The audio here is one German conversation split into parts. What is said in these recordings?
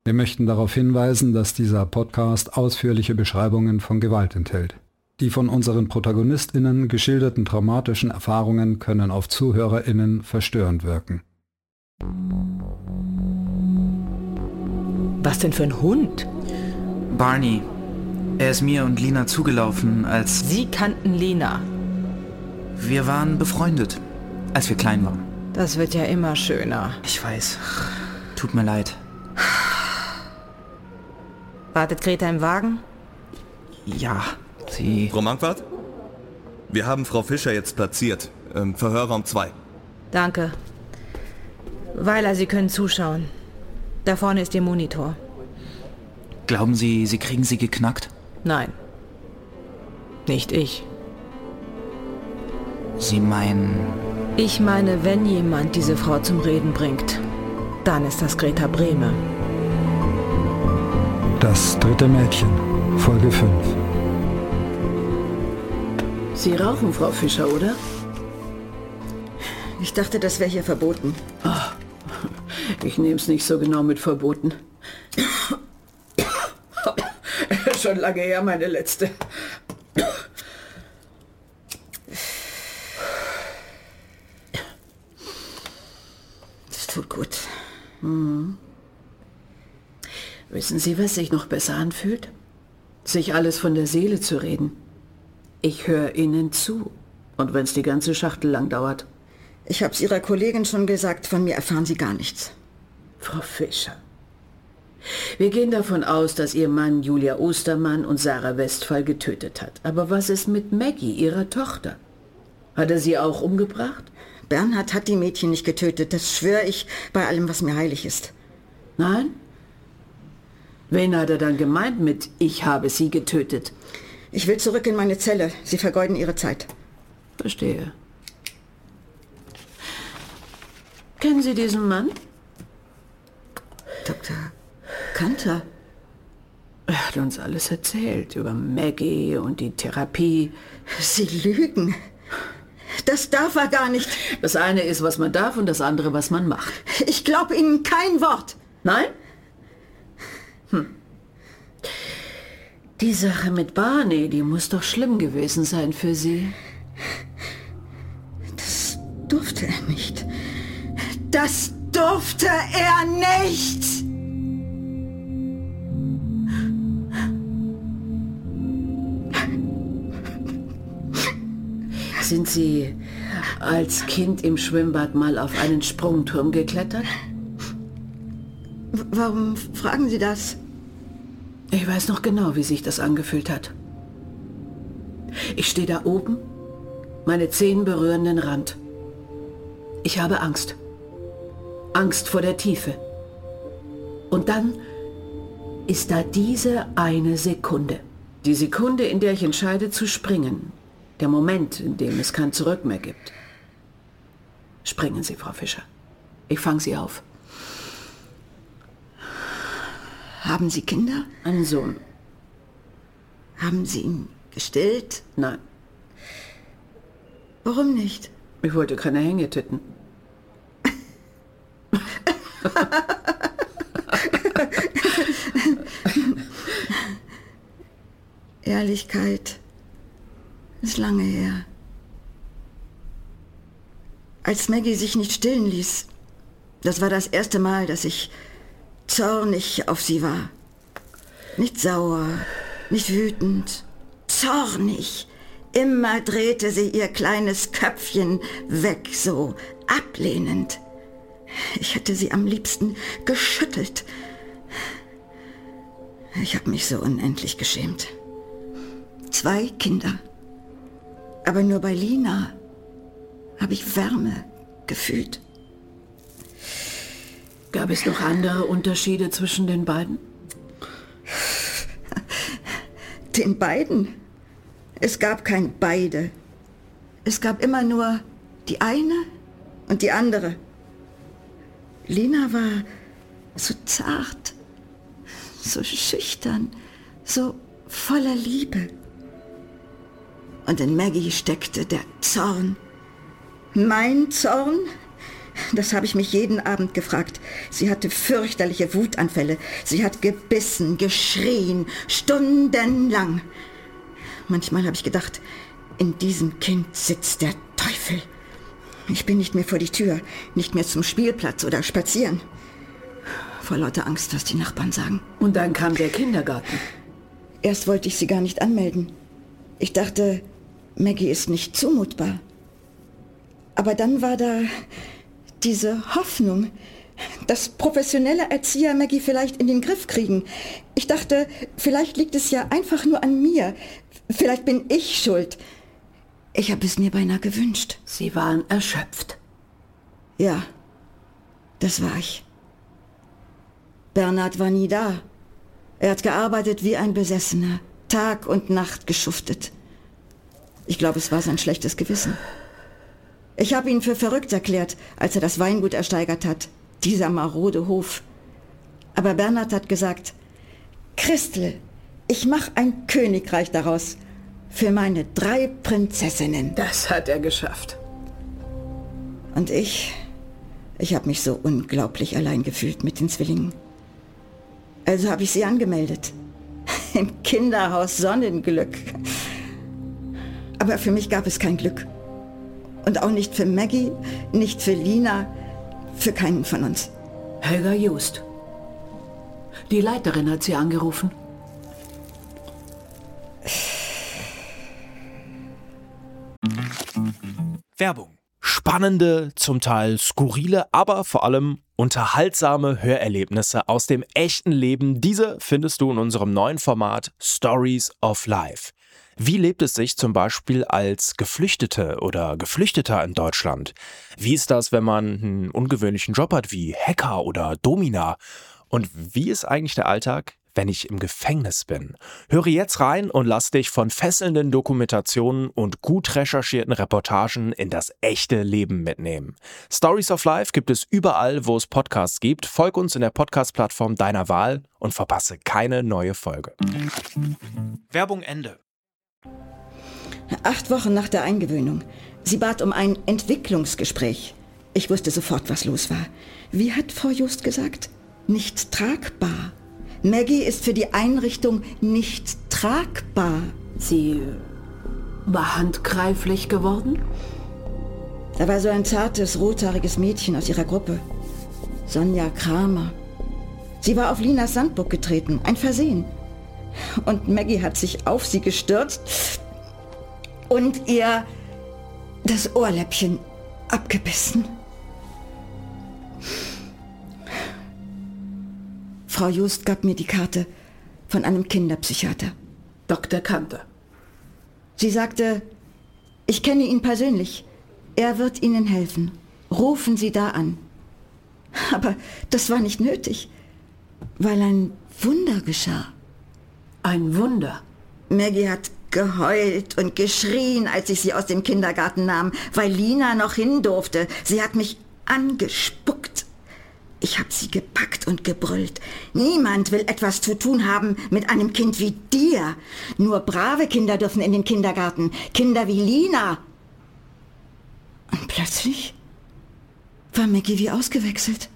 Wir möchten darauf hinweisen, dass dieser Podcast ausführliche Beschreibungen von Gewalt enthält. Die von unseren ProtagonistInnen geschilderten traumatischen Erfahrungen können auf ZuhörerInnen verstörend wirken. Was denn für ein Hund? Barney. Er ist mir und Lina zugelaufen, als... Sie kannten Lina. Wir waren befreundet, als wir klein waren. Das wird ja immer schöner. Ich weiß. Tut mir leid. Wartet Greta im Wagen? Ja, sie... Frau Marquardt? Wir haben Frau Fischer jetzt platziert. Verhörraum 2. Danke. Weiler, Sie können zuschauen. Da vorne ist Ihr Monitor. Glauben Sie, Sie kriegen sie geknackt? Nein. Nicht ich. Sie meinen... Ich meine, wenn jemand diese Frau zum Reden bringt, dann ist das Greta Brehme. Das dritte Mädchen, Folge 5. Sie rauchen, Frau Fischer, oder? Ich dachte, das wäre hier verboten. Ach, ich nehme es nicht so genau mit verboten. Schon lange her, meine letzte. Das tut gut. Wissen Sie, was sich noch besser anfühlt? Sich alles von der Seele zu reden. Ich höre Ihnen zu. Und wenn es die ganze Schachtel lang dauert. Ich habe es Ihrer Kollegin schon gesagt, von mir erfahren Sie gar nichts. Frau Fischer, wir gehen davon aus, dass Ihr Mann Julia Ostermann und Sarah Westphal getötet hat. Aber was ist mit Maggie, Ihrer Tochter? Hat er sie auch umgebracht? Bernhard hat die Mädchen nicht getötet, das schwöre ich bei allem, was mir heilig ist. Nein? Wen hat er dann gemeint mit "Ich habe sie getötet"? Ich will zurück in meine Zelle. Sie vergeuden Ihre Zeit. Verstehe. Kennen Sie diesen Mann? Dr. Kanter? Er hat uns alles erzählt über Maggie und die Therapie. Sie lügen. Das darf er gar nicht. Das eine ist, was man darf, und das andere, was man macht. Ich glaube Ihnen kein Wort. Nein? Die Sache mit Barney, die muss doch schlimm gewesen sein für Sie. Das durfte er nicht. Das durfte er nicht! Sind Sie als Kind im Schwimmbad mal auf einen Sprungturm geklettert? Warum fragen Sie das? Ich weiß noch genau, wie sich das angefühlt hat. Ich stehe da oben, meine Zehen berühren den Rand. Ich habe Angst. Angst vor der Tiefe. Und dann ist da diese eine Sekunde. Die Sekunde, in der ich entscheide zu springen. Der Moment, in dem es kein Zurück mehr gibt. Springen Sie, Frau Fischer. Ich fange Sie auf. Haben Sie Kinder? Einen Sohn. Haben Sie ihn gestillt? Nein, Warum nicht? ich wollte keine Hängetitten. Ehrlichkeit ist lange her. Als Maggie sich nicht stillen ließ, das war das erste Mal, dass ich zornig auf sie war. Nicht sauer, nicht wütend, zornig. Immer drehte sie ihr kleines Köpfchen weg, so ablehnend. Ich hätte sie am liebsten geschüttelt. Ich habe mich so unendlich geschämt. 2 Kinder. Aber nur bei Lina habe ich Wärme gefühlt. Gab es noch andere Unterschiede zwischen den beiden? Den beiden? Es gab kein beide. Es gab immer nur die eine und die andere. Lina war so zart, so schüchtern, so voller Liebe. Und in Maggie steckte der Zorn. Mein Zorn, Das habe ich mich jeden Abend gefragt. Sie hatte fürchterliche Wutanfälle. Sie hat gebissen, geschrien, stundenlang. Manchmal habe ich gedacht, in diesem Kind sitzt der Teufel. Ich bin nicht mehr vor die Tür, nicht mehr zum Spielplatz oder spazieren. Vor lauter Angst, was die Nachbarn sagen. Und dann kam der Kindergarten. Erst wollte ich sie gar nicht anmelden. Ich dachte, Maggie ist nicht zumutbar. Aber dann war da diese Hoffnung, dass professionelle Erzieher Maggie vielleicht in den Griff kriegen. Ich dachte, vielleicht liegt es ja einfach nur an mir. Vielleicht bin ich schuld. Ich habe es mir beinahe gewünscht. Sie waren erschöpft. Ja, das war ich. Bernhard war nie da. Er hat gearbeitet wie ein Besessener, Tag und Nacht geschuftet. Ich glaube, es war sein schlechtes Gewissen. Ich habe ihn für verrückt erklärt, als er das Weingut ersteigert hat. Dieser marode Hof. Aber Bernhard hat gesagt, Christel, ich mache ein Königreich daraus. Für meine 3 Prinzessinnen. Das hat er geschafft. Und ich habe mich so unglaublich allein gefühlt mit den Zwillingen. Also habe ich sie angemeldet. Im Kinderhaus Sonnenglück. Aber für mich gab es kein Glück. Und auch nicht für Maggie, nicht für Lina, für keinen von uns. Helga Just. Die Leiterin hat sie angerufen. Werbung. Spannende, zum Teil skurrile, aber vor allem unterhaltsame Hörerlebnisse aus dem echten Leben. Diese findest du in unserem neuen Format Stories of Life. Wie lebt es sich zum Beispiel als Geflüchtete oder Geflüchteter in Deutschland? Wie ist das, wenn man einen ungewöhnlichen Job hat wie Hacker oder Domina? Und wie ist eigentlich der Alltag, wenn ich im Gefängnis bin? Höre jetzt rein und lass dich von fesselnden Dokumentationen und gut recherchierten Reportagen in das echte Leben mitnehmen. Stories of Life gibt es überall, wo es Podcasts gibt. Folg uns in der Podcast-Plattform deiner Wahl und verpasse keine neue Folge. Werbung Ende. 8 Wochen nach der Eingewöhnung. Sie bat um ein Entwicklungsgespräch. Ich wusste sofort, was los war. Wie hat Frau Just gesagt? Nicht tragbar. Maggie ist für die Einrichtung nicht tragbar. Sie war handgreiflich geworden? Da war so ein zartes, rothaariges Mädchen aus ihrer Gruppe. Sonja Kramer. Sie war auf Linas Sandburg getreten. Ein Versehen. Und Maggie hat sich auf sie gestürzt und ihr das Ohrläppchen abgebissen. Frau Just gab mir die Karte von einem Kinderpsychiater. Dr. Kanter. Sie sagte, ich kenne ihn persönlich. Er wird Ihnen helfen. Rufen Sie da an. Aber das war nicht nötig, weil ein Wunder geschah. Ein Wunder? Maggie hat geheult und geschrien, als ich sie aus dem Kindergarten nahm, weil Lina noch hin durfte. Sie hat mich angespuckt. Ich habe sie gepackt und gebrüllt. Niemand will etwas zu tun haben mit einem Kind wie dir. Nur brave Kinder dürfen in den Kindergarten. Kinder wie Lina. Und plötzlich war Maggie wie ausgewechselt.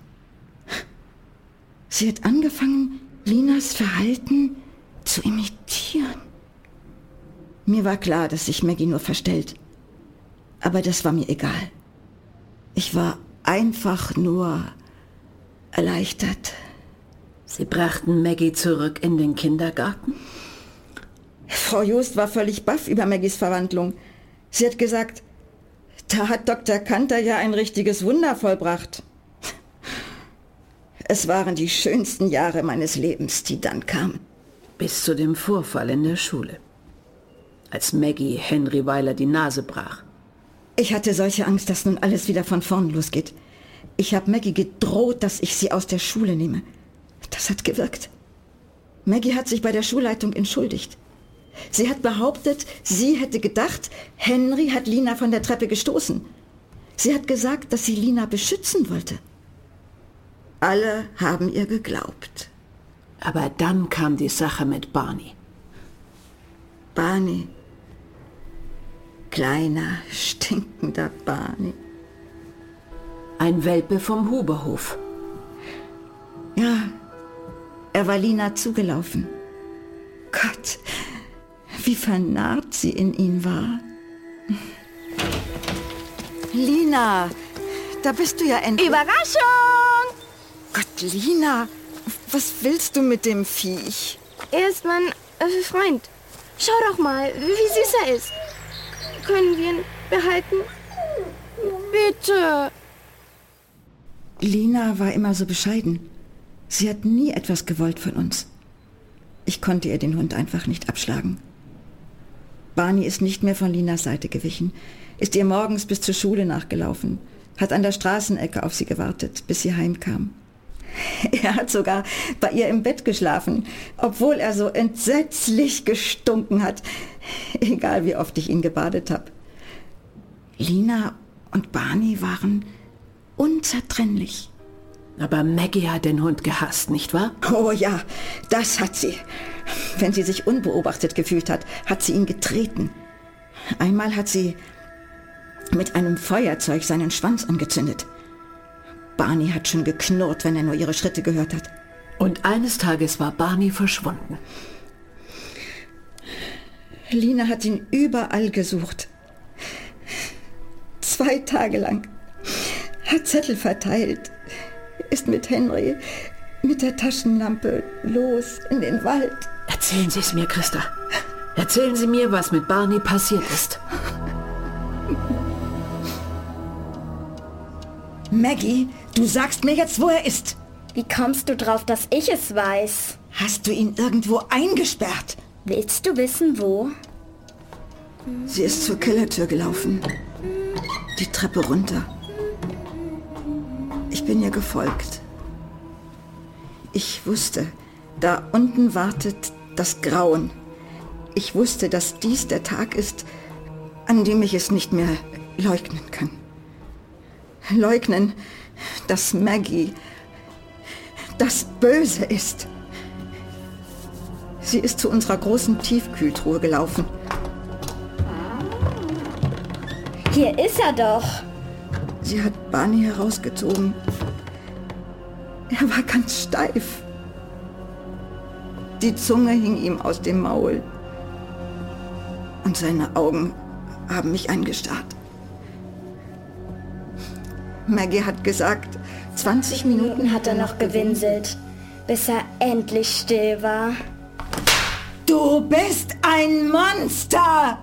Sie hat angefangen, Linas Verhalten zu imitieren. Mir war klar, dass sich Maggie nur verstellt. Aber das war mir egal. Ich war einfach nur erleichtert. Sie brachten Maggie zurück in den Kindergarten? Frau Just war völlig baff über Maggies Verwandlung. Sie hat gesagt, da hat Dr. Kanter ja ein richtiges Wunder vollbracht. Es waren die schönsten Jahre meines Lebens, die dann kamen. Bis zu dem Vorfall in der Schule, als Maggie Henry Weiler die Nase brach. Ich hatte solche Angst, dass nun alles wieder von vorn losgeht. Ich habe Maggie gedroht, dass ich sie aus der Schule nehme. Das hat gewirkt. Maggie hat sich bei der Schulleitung entschuldigt. Sie hat behauptet, sie hätte gedacht, Henry hat Lina von der Treppe gestoßen. Sie hat gesagt, dass sie Lina beschützen wollte. Alle haben ihr geglaubt. Aber dann kam die Sache mit Barney. Barney. Kleiner, stinkender Barney. Ein Welpe vom Huberhof. Ja, er war Lina zugelaufen. Gott, wie vernarrt sie in ihn war. Lina, da bist du ja endlich. Überraschung! Gott, Lina, was willst du mit dem Viech? Er ist mein Freund. Schau doch mal, wie süß er ist. Können wir ihn behalten? Bitte. Lina war immer so bescheiden. Sie hat nie etwas gewollt von uns. Ich konnte ihr den Hund einfach nicht abschlagen. Barney ist nicht mehr von Linas Seite gewichen, ist ihr morgens bis zur Schule nachgelaufen, hat an der Straßenecke auf sie gewartet, bis sie heimkam. Er hat sogar bei ihr im Bett geschlafen, obwohl er so entsetzlich gestunken hat, egal wie oft ich ihn gebadet habe. Lina und Barney waren unzertrennlich. Aber Maggie hat den Hund gehasst, nicht wahr? Oh ja, das hat sie. Wenn sie sich unbeobachtet gefühlt hat, hat sie ihn getreten. Einmal hat sie mit einem Feuerzeug seinen Schwanz angezündet. Barney hat schon geknurrt, wenn er nur ihre Schritte gehört hat. Und eines Tages war Barney verschwunden. Lina hat ihn überall gesucht. 2 Tage lang. Hat Zettel verteilt. Ist mit Henry, mit der Taschenlampe los in den Wald. Erzählen Sie es mir, Christa. Erzählen Sie mir, was mit Barney passiert ist. Maggie, du sagst mir jetzt, wo er ist. Wie kommst du drauf, dass ich es weiß? Hast du ihn irgendwo eingesperrt? Willst du wissen, wo? Sie ist zur Kellertür gelaufen. Die Treppe runter. Ich bin ihr gefolgt. Ich wusste, da unten wartet das Grauen. Ich wusste, dass dies der Tag ist, an dem ich es nicht mehr leugnen kann. Leugnen, dass Maggie das Böse ist. Sie ist zu unserer großen Tiefkühltruhe gelaufen. Hier ist er doch. Sie hat Barney herausgezogen. Er war ganz steif. Die Zunge hing ihm aus dem Maul. Und seine Augen haben mich angestarrt. Maggie hat gesagt, 20 Minuten hat er noch gewinselt, bis er endlich still war. Du bist ein Monster!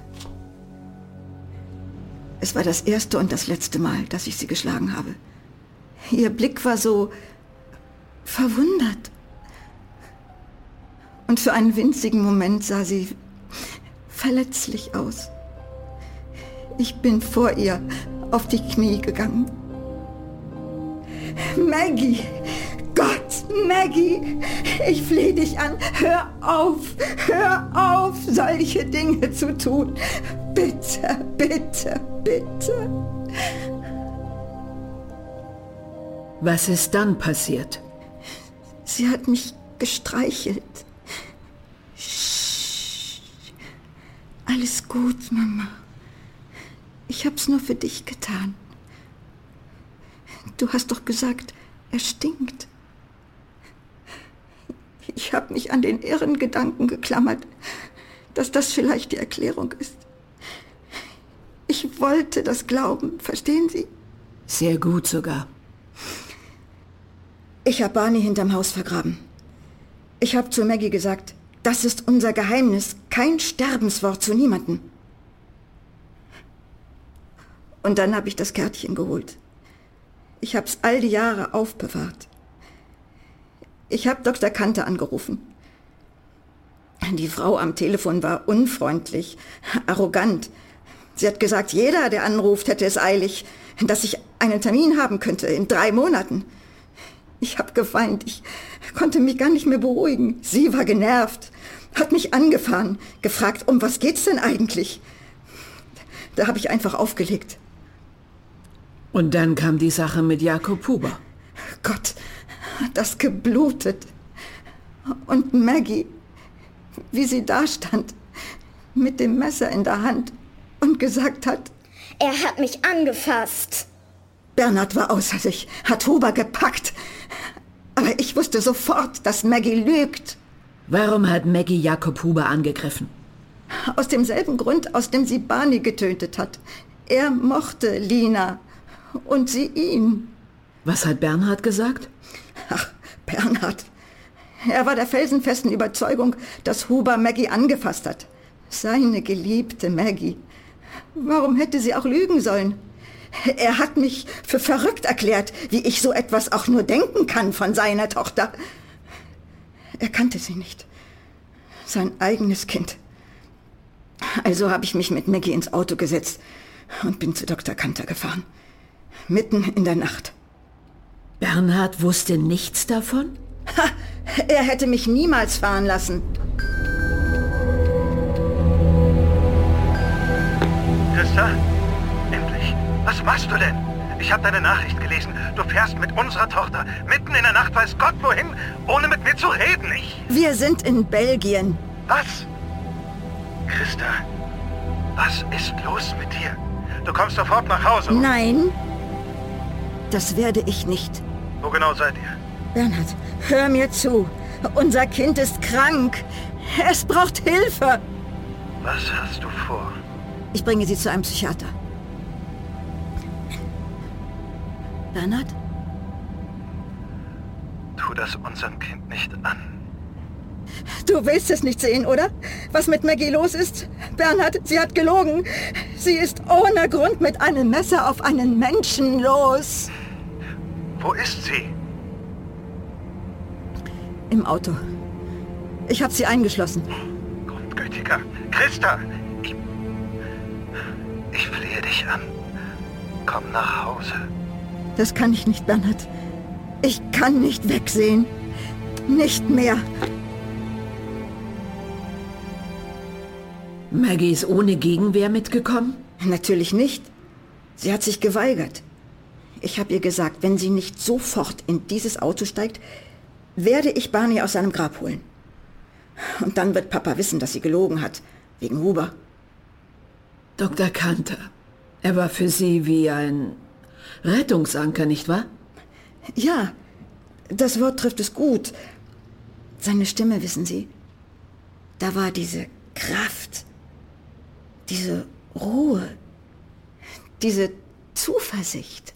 Es war das erste und das letzte Mal, dass ich sie geschlagen habe. Ihr Blick war so verwundert. Und für einen winzigen Moment sah sie verletzlich aus. Ich bin vor ihr auf die Knie gegangen. Maggie! Gott, Maggie! Ich flehe dich an. Hör auf, solche Dinge zu tun. Bitte, bitte, bitte. Was ist dann passiert? Sie hat mich gestreichelt. Sch. Alles gut, Mama. Ich hab's nur für dich getan. Du hast doch gesagt, er stinkt. Ich habe mich an den irren Gedanken geklammert, dass das vielleicht die Erklärung ist. Ich wollte das glauben, verstehen Sie? Sehr gut sogar. Ich habe Barney hinterm Haus vergraben. Ich habe zu Maggie gesagt, das ist unser Geheimnis, kein Sterbenswort zu niemandem. Und dann habe ich das Kärtchen geholt. Ich habe es all die Jahre aufbewahrt. Ich habe Dr. Kante angerufen. Die Frau am Telefon war unfreundlich, arrogant. Sie hat gesagt, jeder, der anruft, hätte es eilig, dass ich einen Termin haben könnte in 3 Monaten. Ich habe geweint, ich konnte mich gar nicht mehr beruhigen. Sie war genervt, hat mich angefahren, gefragt, um was geht's denn eigentlich? Da habe ich einfach aufgelegt. Und dann kam die Sache mit Jakob Huber. Gott, hat das geblutet. Und Maggie, wie sie da stand, mit dem Messer in der Hand und gesagt hat, er hat mich angefasst. Bernhard war außer sich, hat Huber gepackt. Aber ich wusste sofort, dass Maggie lügt. Warum hat Maggie Jakob Huber angegriffen? Aus demselben Grund, aus dem sie Barney getötet hat. Er mochte Lina und sie ihn. Was hat Bernhard gesagt? Ach, Bernhard. Er war der felsenfesten Überzeugung, dass Huber Maggie angefasst hat. Seine geliebte Maggie. Warum hätte sie auch lügen sollen? Er hat mich für verrückt erklärt, wie ich so etwas auch nur denken kann von seiner Tochter. Er kannte sie nicht. Sein eigenes Kind. Also habe ich mich mit Maggie ins Auto gesetzt und bin zu Dr. Kanter gefahren. Mitten in der Nacht. Bernhard wusste nichts davon? Ha! Er hätte mich niemals fahren lassen. Christa? Endlich. Was machst du denn? Ich habe deine Nachricht gelesen. Du fährst mit unserer Tochter mitten in der Nacht weiß Gott wohin, ohne mit mir zu reden. Wir sind in Belgien. Was? Christa, was ist los mit dir? Du kommst sofort nach Hause. Nein, das werde ich nicht. Wo genau seid ihr? Bernhard, hör mir zu. Unser Kind ist krank. Es braucht Hilfe. Was hast du vor? Ich bringe sie zu einem Psychiater. Bernhard? Tu das unserem Kind nicht an. Du willst es nicht sehen, oder? Was mit Maggie los ist? Bernhard, sie hat gelogen. Sie ist ohne Grund mit einem Messer auf einen Menschen los. Wo ist sie? Im Auto. Ich habe sie eingeschlossen. Grundgütiger. Christa, ich flehe dich an. Komm nach Hause. Das kann ich nicht, Bernhard. Ich kann nicht wegsehen. Nicht mehr. Maggie ist ohne Gegenwehr mitgekommen? Natürlich nicht. Sie hat sich geweigert. Ich habe ihr gesagt, wenn sie nicht sofort in dieses Auto steigt, werde ich Barney aus seinem Grab holen. Und dann wird Papa wissen, dass sie gelogen hat. Wegen Huber. Dr. Kanter. Er war für Sie wie ein Rettungsanker, nicht wahr? Ja, das Wort trifft es gut. Seine Stimme, wissen Sie, da war diese Kraft, diese Ruhe, diese Zuversicht.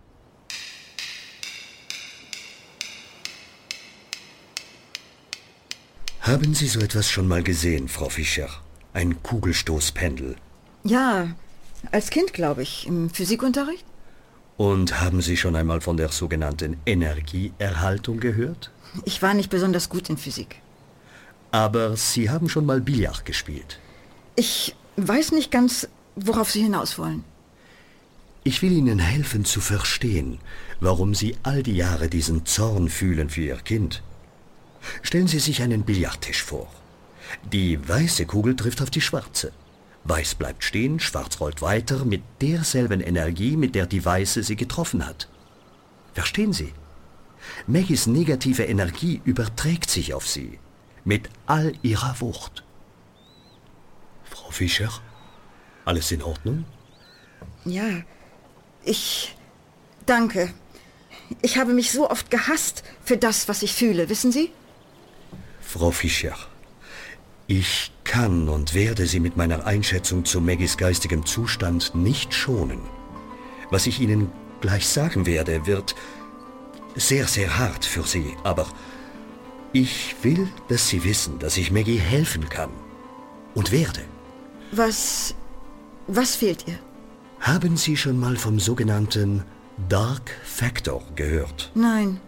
Haben Sie so etwas schon mal gesehen, Frau Fischer? Ein Kugelstoßpendel. Ja, als Kind, glaube ich, im Physikunterricht. Und haben Sie schon einmal von der sogenannten Energieerhaltung gehört? Ich war nicht besonders gut in Physik. Aber Sie haben schon mal Billard gespielt. Ich weiß nicht ganz, worauf Sie hinaus wollen. Ich will Ihnen helfen zu verstehen, warum Sie all die Jahre diesen Zorn fühlen für Ihr Kind. Stellen Sie sich einen Billardtisch vor. Die weiße Kugel trifft auf die schwarze. Weiß bleibt stehen, schwarz rollt weiter mit derselben Energie, mit der die weiße sie getroffen hat. Verstehen Sie? Maggies negative Energie überträgt sich auf Sie, mit all ihrer Wucht. Frau Fischer, alles in Ordnung? Ja, danke. Ich habe mich so oft gehasst für das, was ich fühle, wissen Sie? Frau Fischer, ich kann und werde Sie mit meiner Einschätzung zu Maggies geistigem Zustand nicht schonen. Was ich Ihnen gleich sagen werde, wird sehr, sehr hart für Sie, aber ich will, dass Sie wissen, dass ich Maggie helfen kann und werde. Was fehlt ihr? Haben Sie schon mal vom sogenannten Dark Factor gehört? Nein.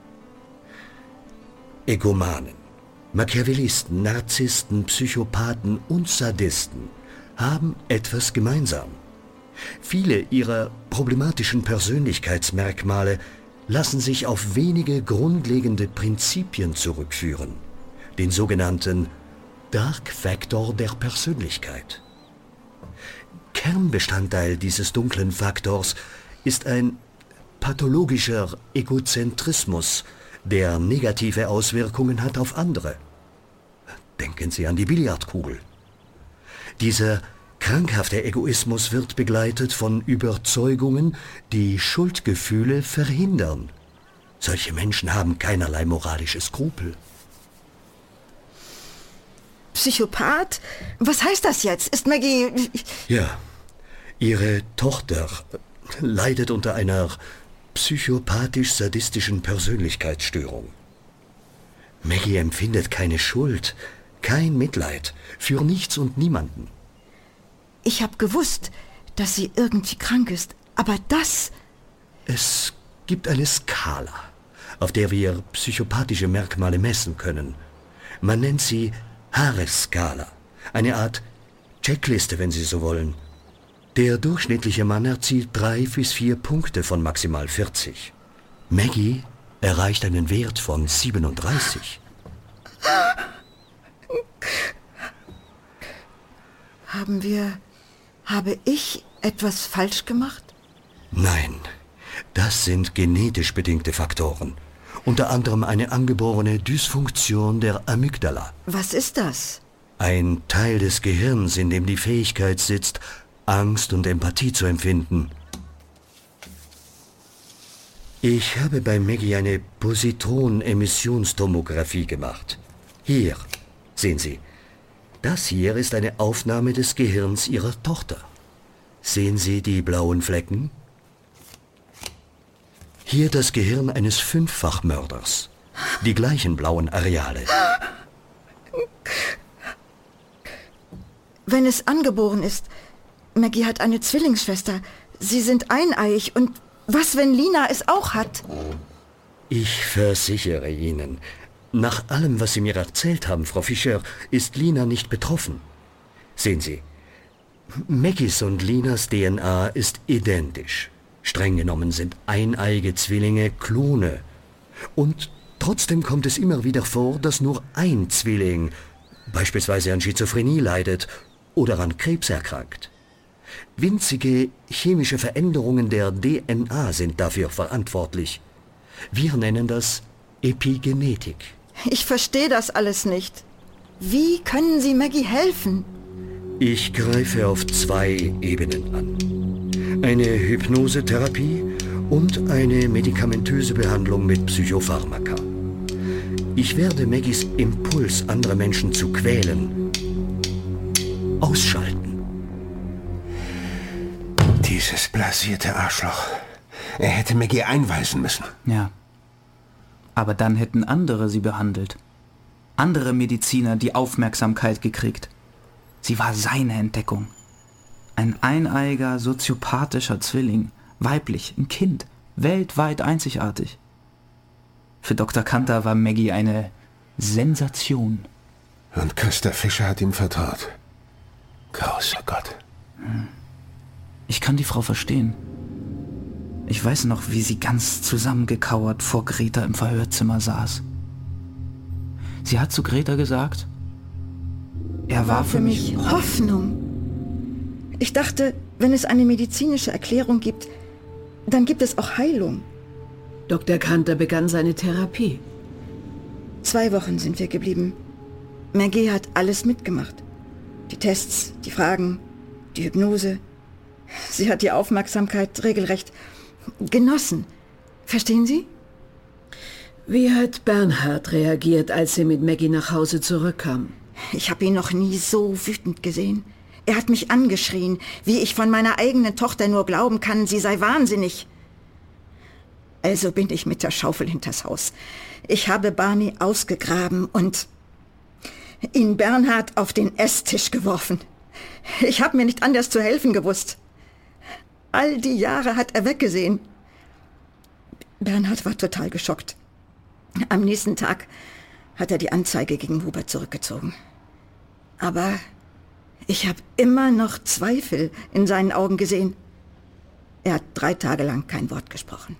Egomanen, Machiavellisten, Narzissten, Psychopathen und Sadisten haben etwas gemeinsam. Viele ihrer problematischen Persönlichkeitsmerkmale lassen sich auf wenige grundlegende Prinzipien zurückführen, den sogenannten Dark Factor der Persönlichkeit. Kernbestandteil dieses dunklen Faktors ist ein pathologischer Egozentrismus, der negative Auswirkungen hat auf andere. Denken Sie an die Billardkugel. Dieser Krankhafter Egoismus wird begleitet von Überzeugungen, die Schuldgefühle verhindern. Solche Menschen haben keinerlei moralische Skrupel. Psychopath? Was heißt das jetzt? Ist Maggie... Ja, ihre Tochter leidet unter einer psychopathisch-sadistischen Persönlichkeitsstörung. Maggie empfindet keine Schuld, kein Mitleid für nichts und niemanden. Ich habe gewusst, dass sie irgendwie krank ist, aber das... Es gibt eine Skala, auf der wir psychopathische Merkmale messen können. Man nennt sie Harris-Skala, eine Art Checkliste, wenn Sie so wollen. Der durchschnittliche Mann erzielt 3 bis 4 Punkte von maximal 40. Maggie erreicht einen Wert von 37. Habe ich etwas falsch gemacht? Nein, das sind genetisch bedingte Faktoren. Unter anderem eine angeborene Dysfunktion der Amygdala. Was ist das? Ein Teil des Gehirns, in dem die Fähigkeit sitzt, Angst und Empathie zu empfinden. Ich habe bei Maggie eine Positronemissionstomographie gemacht. Hier, sehen Sie. Das hier ist eine Aufnahme des Gehirns Ihrer Tochter. Sehen Sie die blauen Flecken? Hier das Gehirn eines 5-fach-Mörders. Die gleichen blauen Areale. Wenn es angeboren ist, Maggie hat eine Zwillingsschwester. Sie sind eineiig. Und was, wenn Lina es auch hat? Ich versichere Ihnen, nach allem, was Sie mir erzählt haben, Frau Fischer, ist Lina nicht betroffen. Sehen Sie, Maggies und Linas DNA ist identisch. Streng genommen sind eineiige Zwillinge Klone. Und trotzdem kommt es immer wieder vor, dass nur ein Zwilling beispielsweise an Schizophrenie leidet oder an Krebs erkrankt. Winzige chemische Veränderungen der DNA sind dafür verantwortlich. Wir nennen das Epigenetik. Ich verstehe das alles nicht. Wie können Sie Maggie helfen? Ich greife auf 2 Ebenen an. Eine Hypnosetherapie und eine medikamentöse Behandlung mit Psychopharmaka. Ich werde Maggies Impuls, andere Menschen zu quälen, ausschalten. Dieses blasierte Arschloch. Er hätte Maggie einweisen müssen. Ja. Aber dann hätten andere sie behandelt. Andere Mediziner die Aufmerksamkeit gekriegt. Sie war seine Entdeckung. Ein eineiiger, soziopathischer Zwilling, weiblich, ein Kind, weltweit einzigartig. Für Dr. Kanter war Maggie eine Sensation. Und Christa Fischer hat ihm vertraut. Großer Gott. Ich kann die Frau verstehen. Ich weiß noch, wie sie ganz zusammengekauert vor Greta im Verhörzimmer saß. Sie hat zu Greta gesagt, er war für mich Hoffnung. Ich dachte, wenn es eine medizinische Erklärung gibt, dann gibt es auch Heilung. Dr. Kanter begann seine Therapie. 2 Wochen sind wir geblieben. Maggie hat alles mitgemacht. Die Tests, die Fragen, die Hypnose. Sie hat die Aufmerksamkeit regelrecht genossen. Verstehen Sie? Wie hat Bernhard reagiert, als sie mit Maggie nach Hause zurückkam? Ich habe ihn noch nie so wütend gesehen. Er hat mich angeschrien, wie ich von meiner eigenen Tochter nur glauben kann, sie sei wahnsinnig. Also bin ich mit der Schaufel hinters Haus. Ich habe Barney ausgegraben und ihn Bernhard auf den Esstisch geworfen. Ich habe mir nicht anders zu helfen gewusst. All die Jahre hat er weggesehen. Bernhard war total geschockt. Am nächsten Tag hat er die Anzeige gegen Hubert zurückgezogen. Aber ich habe immer noch Zweifel in seinen Augen gesehen. Er hat 3 Tage lang kein Wort gesprochen.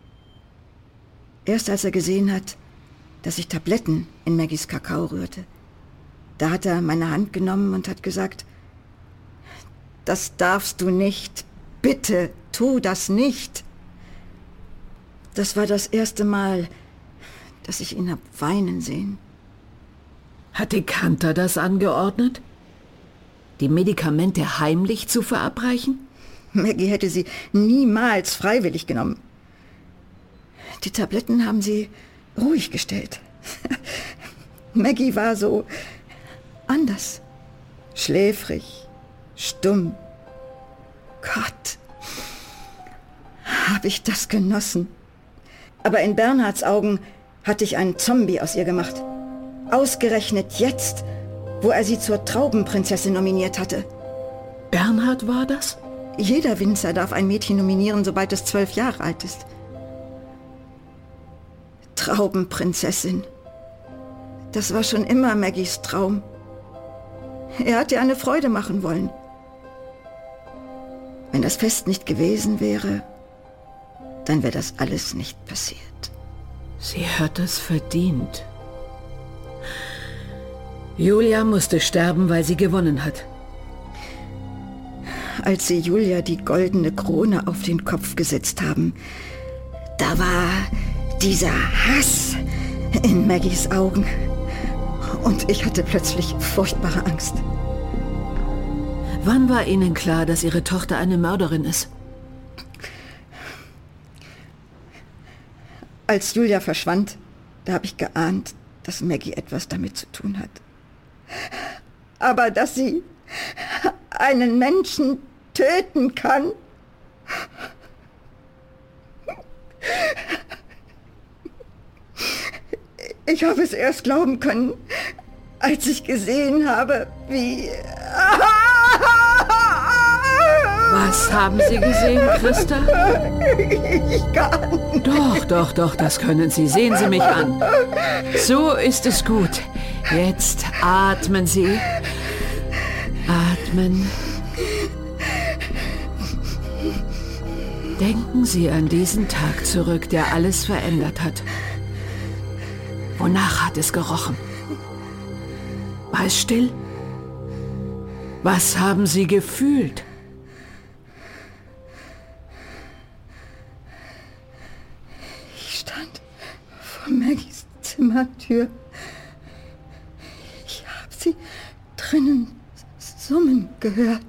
Erst als er gesehen hat, dass ich Tabletten in Maggies Kakao rührte, da hat er meine Hand genommen und hat gesagt, das darfst du nicht. Bitte, tu das nicht. Das war das erste Mal, dass ich ihn hab weinen sehen. Hatte Kanter das angeordnet? die Medikamente heimlich zu verabreichen? Maggie hätte sie niemals freiwillig genommen. Die Tabletten haben sie ruhig gestellt. Maggie war so anders. Schläfrig, stumm. Gott, habe ich das genossen. Aber in Bernhards Augen hatte ich einen Zombie aus ihr gemacht. Ausgerechnet jetzt, wo er sie zur Traubenprinzessin nominiert hatte. Bernhard war das? Jeder Winzer darf ein Mädchen nominieren, sobald es 12 Jahre alt ist. Traubenprinzessin. Das war schon immer Maggies Traum. Er hat ihr eine Freude machen wollen. Wenn das Fest nicht gewesen wäre, dann wäre das alles nicht passiert. Sie hat es verdient. Julia musste sterben, weil sie gewonnen hat. Als sie Julia die goldene Krone auf den Kopf gesetzt haben, da war dieser Hass in Maggies Augen. Und ich hatte plötzlich furchtbare Angst. Wann war Ihnen klar, dass Ihre Tochter eine Mörderin ist? Als Julia verschwand, da habe ich geahnt, dass Maggie etwas damit zu tun hat. Aber dass sie einen Menschen töten kann? Ich habe es erst glauben können, als ich gesehen habe, wie... Was haben Sie gesehen, Christa? Ich kann. Doch, das können Sie. Sehen Sie mich an. So ist es gut. Jetzt atmen Sie. Atmen. Denken Sie an diesen Tag zurück, der alles verändert hat. Wonach hat es gerochen? War es still? Was haben Sie gefühlt? Ich stand vor Maggies Zimmertür. Ich habe sie drinnen summen gehört.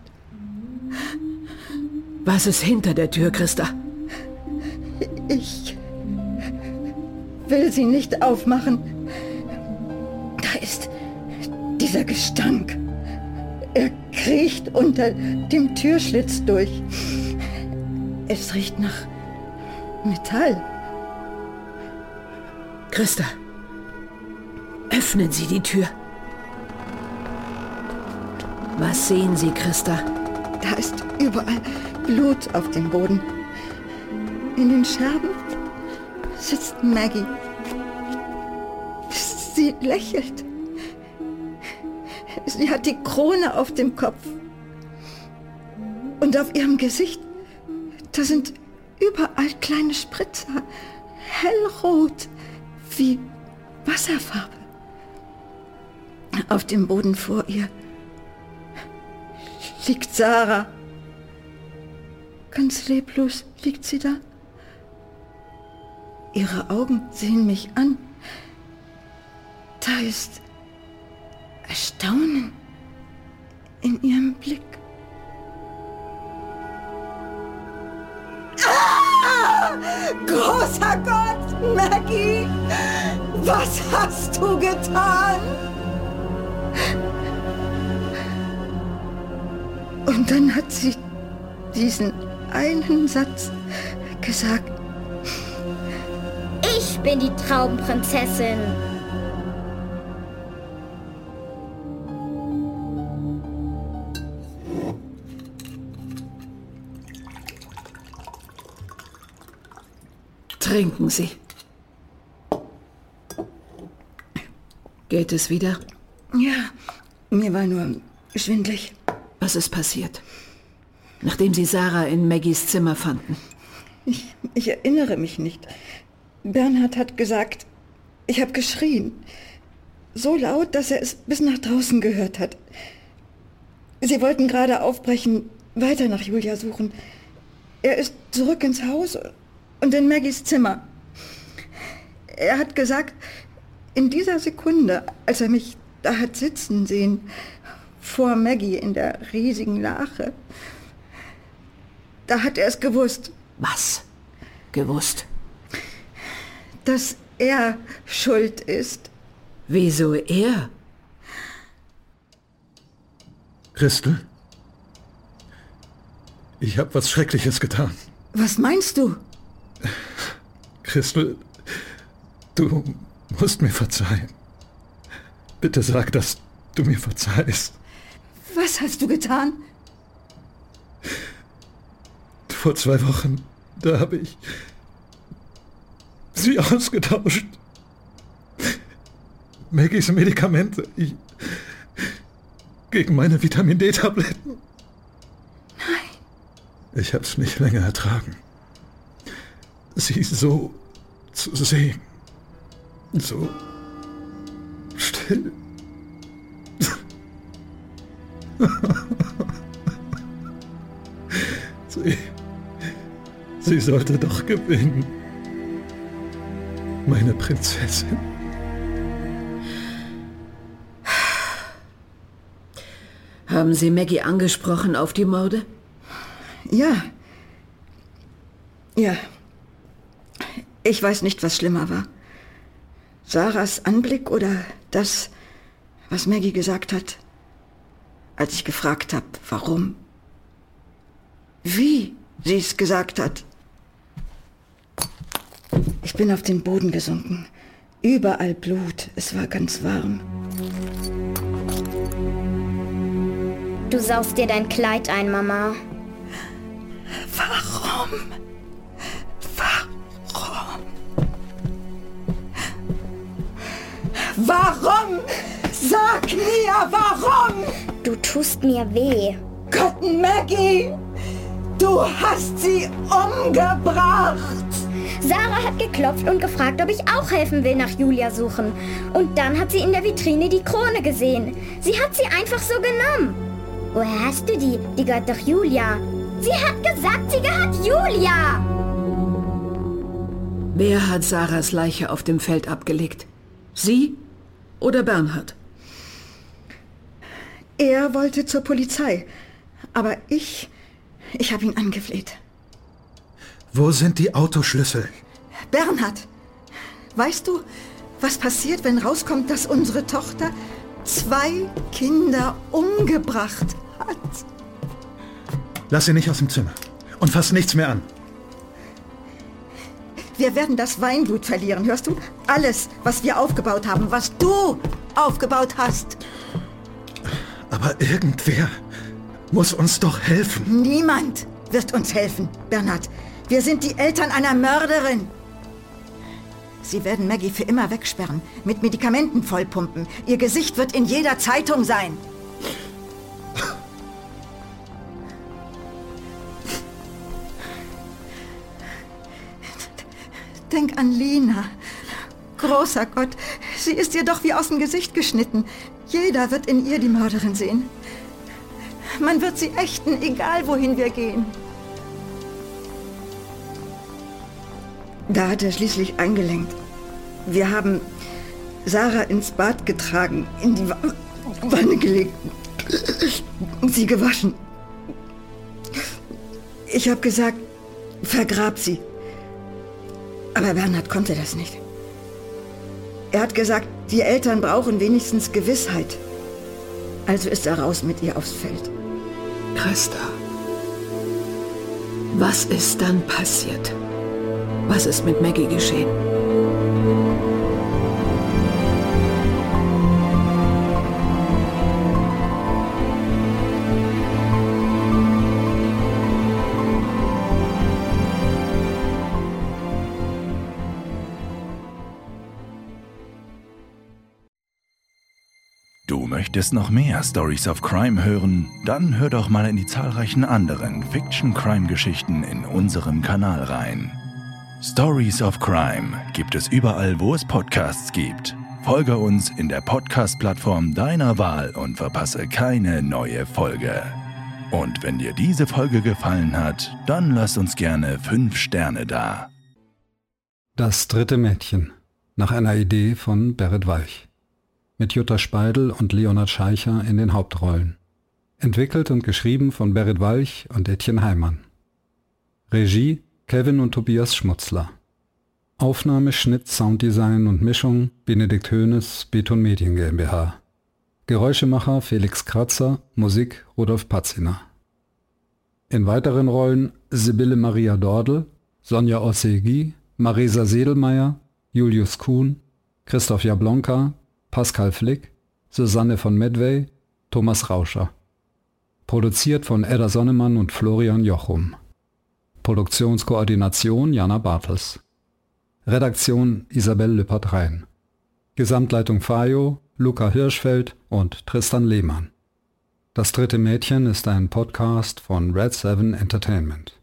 Was ist hinter der Tür, Christa? Ich will sie nicht aufmachen. Da ist dieser Gestank. Er kriecht unter dem Türschlitz durch. Es riecht nach Metall. Christa, öffnen Sie die Tür. Was sehen Sie, Christa? Da ist überall Blut auf dem Boden. In den Scherben sitzt Maggie. Sie lächelt. Sie hat die Krone auf dem Kopf. Und auf ihrem Gesicht, da sind überall kleine Spritzer. Hellrot, wie Wasserfarbe. Auf dem Boden vor ihr liegt Sarah. Ganz leblos liegt sie da. Ihre Augen sehen mich an. Da ist Erstaunen in ihrem Blick. Ah! Großer Gott, Maggie! Was hast du getan? Und dann hat sie diesen einen Satz gesagt. Ich bin die Traubenprinzessin. Trinken Sie. Geht es wieder? Ja, mir war nur schwindelig. Was ist passiert? Nachdem Sie Sarah in Maggies Zimmer fanden. Ich erinnere mich nicht. Bernhard hat gesagt, ich habe geschrien. So laut, dass er es bis nach draußen gehört hat. Sie wollten gerade aufbrechen, weiter nach Julia suchen. Er ist zurück ins Haus und in Maggies Zimmer. Er hat gesagt, in dieser Sekunde, als er mich da hat sitzen sehen, vor Maggie in der riesigen Lache. Da hat er es gewusst. Was? Gewusst? Dass er schuld ist. Wieso er? Christel? Ich habe was Schreckliches getan. Was meinst du? Christel, du musst mir verzeihen. Bitte sag, dass du mir verzeihst. Was hast du getan? Vor 2 Wochen, da habe ich sie ausgetauscht. Maggies Medikamente. Gegen meine Vitamin D-Tabletten. Nein. Ich habe es nicht länger ertragen. Sie so zu sehen. So still. Sie sollte doch gewinnen. Meine Prinzessin. Haben Sie Maggie angesprochen auf die Morde? Ja. Ja. Ich weiß nicht, was schlimmer war. Sarahs Anblick oder das, was Maggie gesagt hat, als ich gefragt habe, warum. Wie sie es gesagt hat. Ich bin auf den Boden gesunken. Überall Blut. Es war ganz warm. Du saust dir dein Kleid ein, Mama. Warum? Warum? Sag mir, warum? Du tust mir weh. Gott, Maggie! Du hast sie umgebracht! Sarah hat geklopft und gefragt, ob ich auch helfen will nach Julia suchen. Und dann hat sie in der Vitrine die Krone gesehen. Sie hat sie einfach so genommen. Woher hast du die? Die gehört doch Julia. Sie hat gesagt, sie gehört Julia! Wer hat Sarahs Leiche auf dem Feld abgelegt? Sie oder Bernhard? Er wollte zur Polizei, aber ich habe ihn angefleht. Wo sind die Autoschlüssel? Bernhard, weißt du, was passiert, wenn rauskommt, dass unsere Tochter 2 Kinder umgebracht hat? Lass sie nicht aus dem Zimmer und fass nichts mehr an. Wir werden das Weingut verlieren, hörst du? Alles, was wir aufgebaut haben, was du aufgebaut hast. Aber irgendwer muss uns doch helfen. Niemand wird uns helfen, Bernhard. Wir sind die Eltern einer Mörderin. Sie werden Maggie für immer wegsperren, mit Medikamenten vollpumpen. Ihr Gesicht wird in jeder Zeitung sein. Denk an Lina. Großer Gott, sie ist ihr doch wie aus dem Gesicht geschnitten. Jeder wird in ihr die Mörderin sehen. Man wird sie ächten, egal wohin wir gehen. Da hat er schließlich eingelenkt. Wir haben Sarah ins Bad getragen, in die Wanne gelegt, sie gewaschen. Ich habe gesagt, vergrab sie. Aber Bernhard konnte das nicht. Er hat gesagt, die Eltern brauchen wenigstens Gewissheit. Also ist er raus mit ihr aufs Feld. Christa, was ist dann passiert? Was ist mit Maggie geschehen? Du möchtest noch mehr Stories of Crime hören? Dann hör doch mal in die zahlreichen anderen Fiction-Crime-Geschichten in unserem Kanal rein. Stories of Crime gibt es überall, wo es Podcasts gibt. Folge uns in der Podcast-Plattform deiner Wahl und verpasse keine neue Folge. Und wenn dir diese Folge gefallen hat, dann lass uns gerne 5 Sterne da. Das dritte Mädchen, nach einer Idee von Berit Walch. mit Jutta Speidel und Leonhard Scheicher in den Hauptrollen. Entwickelt und geschrieben von Berit Walch und Etienne Heimann. Regie Kevin und Tobias Schmutzler. Aufnahme, Schnitt, Sounddesign und Mischung Benedikt Hoeneß, Beton Medien GmbH. Geräuschemacher Felix Kratzer, Musik Rudolf Patziner. In weiteren Rollen Sibylle Maria Dordel, Sonja Ossegi, Marisa Sedelmeier, Julius Kuhn, Christoph Jablonka, Pascal Flick, Susanne von Medway, Thomas Rauscher. Produziert von Edda Sonnemann und Florian Jochum. Produktionskoordination Jana Bartels. Redaktion Isabel Lüppert-Rhein. Gesamtleitung Fajo, Luca Hirschfeld und Tristan Lehmann. Das dritte Mädchen ist ein Podcast von Red 7 Entertainment.